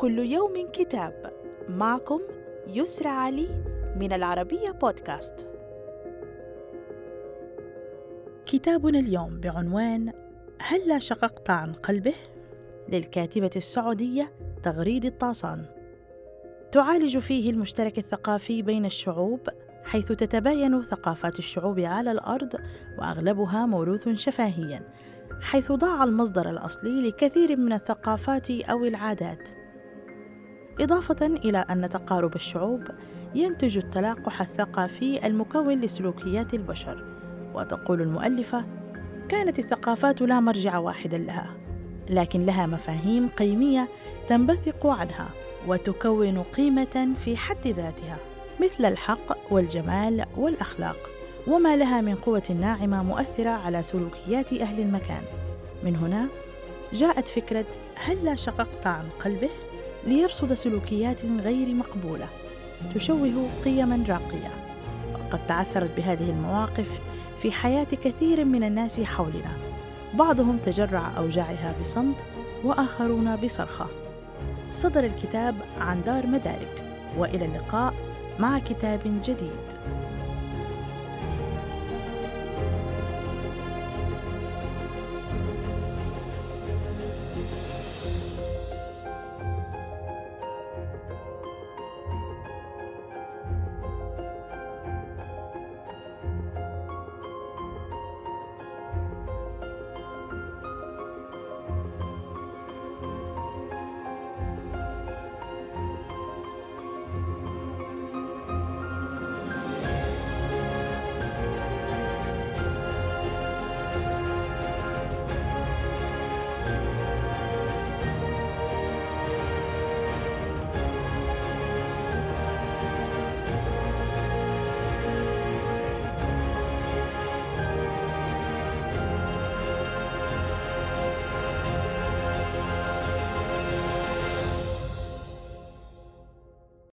كل يوم كتاب. معكم يسرى علي من العربية بودكاست. كتابنا اليوم بعنوان هلا شققت عن قلبه؟ للكاتبة السعودية تغريد الطاسان. تعالج فيه المشترك الثقافي بين الشعوب، حيث تتباين ثقافات الشعوب على الأرض وأغلبها موروث شفاهياً، حيث ضاع المصدر الأصلي لكثير من الثقافات أو العادات، إضافة إلى أن تقارب الشعوب ينتج التلاقح الثقافي المكون لسلوكيات البشر. وتقول المؤلفة: كانت الثقافات لا مرجع واحدا لها، لكن لها مفاهيم قيمية تنبثق عنها وتكون قيمة في حد ذاتها، مثل الحق والجمال والأخلاق، وما لها من قوة ناعمة مؤثرة على سلوكيات أهل المكان. من هنا جاءت فكرة هلا شققت عن قلبه، ليرصد سلوكيات غير مقبولة تشوه قيما راقية، وقد تعثرت بهذه المواقف في حياة كثير من الناس حولنا، بعضهم تجرع أوجاعها بصمت وآخرون بصرخة. صدر الكتاب عن دار مدارك، وإلى اللقاء مع كتاب جديد.